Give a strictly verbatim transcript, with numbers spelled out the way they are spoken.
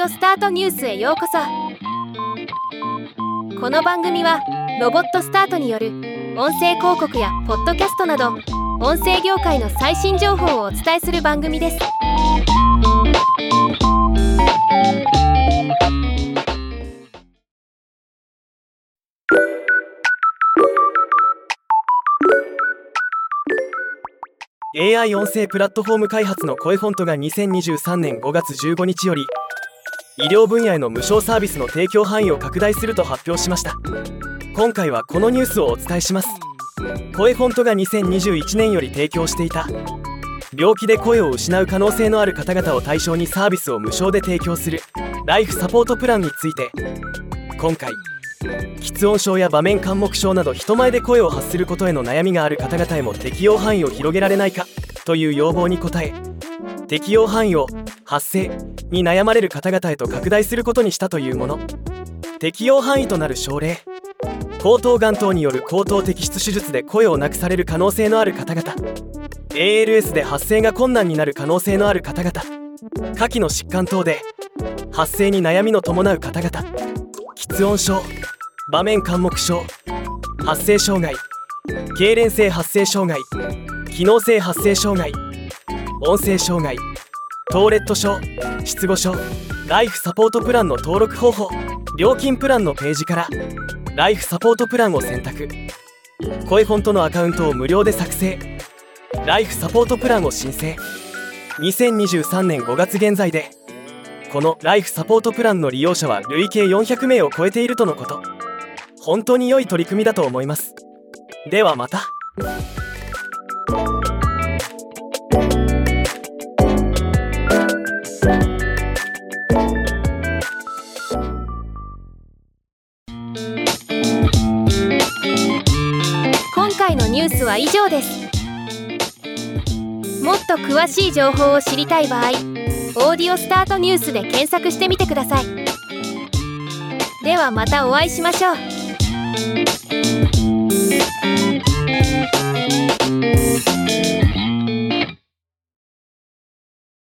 オスタートニュースへようこそ。この番組はロボットスタートによる音声広告やポッドキャストなど音声業界の最新情報をお伝えする番組です。 エーアイ 音声プラットフォーム開発の声フォントがにせんにじゅうさんねんごがつじゅうごにちより医療分野への無償サービスの提供範囲を拡大すると発表しました。今回はこのニュースをお伝えします。声フォントがにせんにじゅういちねんより提供していた病気で声を失う可能性のある方々を対象にサービスを無償で提供するライフサポートプランについて、今回喫音症や場面緘黙症など人前で声を発することへの悩みがある方々へも適用範囲を広げられないかという要望に応え、適用範囲を発声に悩まれる方々へと拡大することにしたというもの。適用範囲となる症例、喉頭がん等による口頭摘出手術で声をなくされる可能性のある方々、 エーエルエス で発声が困難になる可能性のある方々、下記の疾患等で発声に悩みの伴う方々、喫音症、場面緘黙症、発声障害、痙攣性発声障害、機能性発声障害、音声障害、トーレット症、失語症、ライフサポートプランの登録方法、料金プランのページからライフサポートプランを選択。声フォントのアカウントを無料で作成。ライフサポートプランを申請。にせんにじゅうさんねんごがつ現在でこのライフサポートプランの利用者は累計よんひゃくめいを超えているとのこと。本当に良い取り組みだと思います。ではまた。 今回のニュースは以上です。もっと詳しい情報を知りたい場合、オーディオスタートニュースで検索してみてください。ではまたお会いしましょう。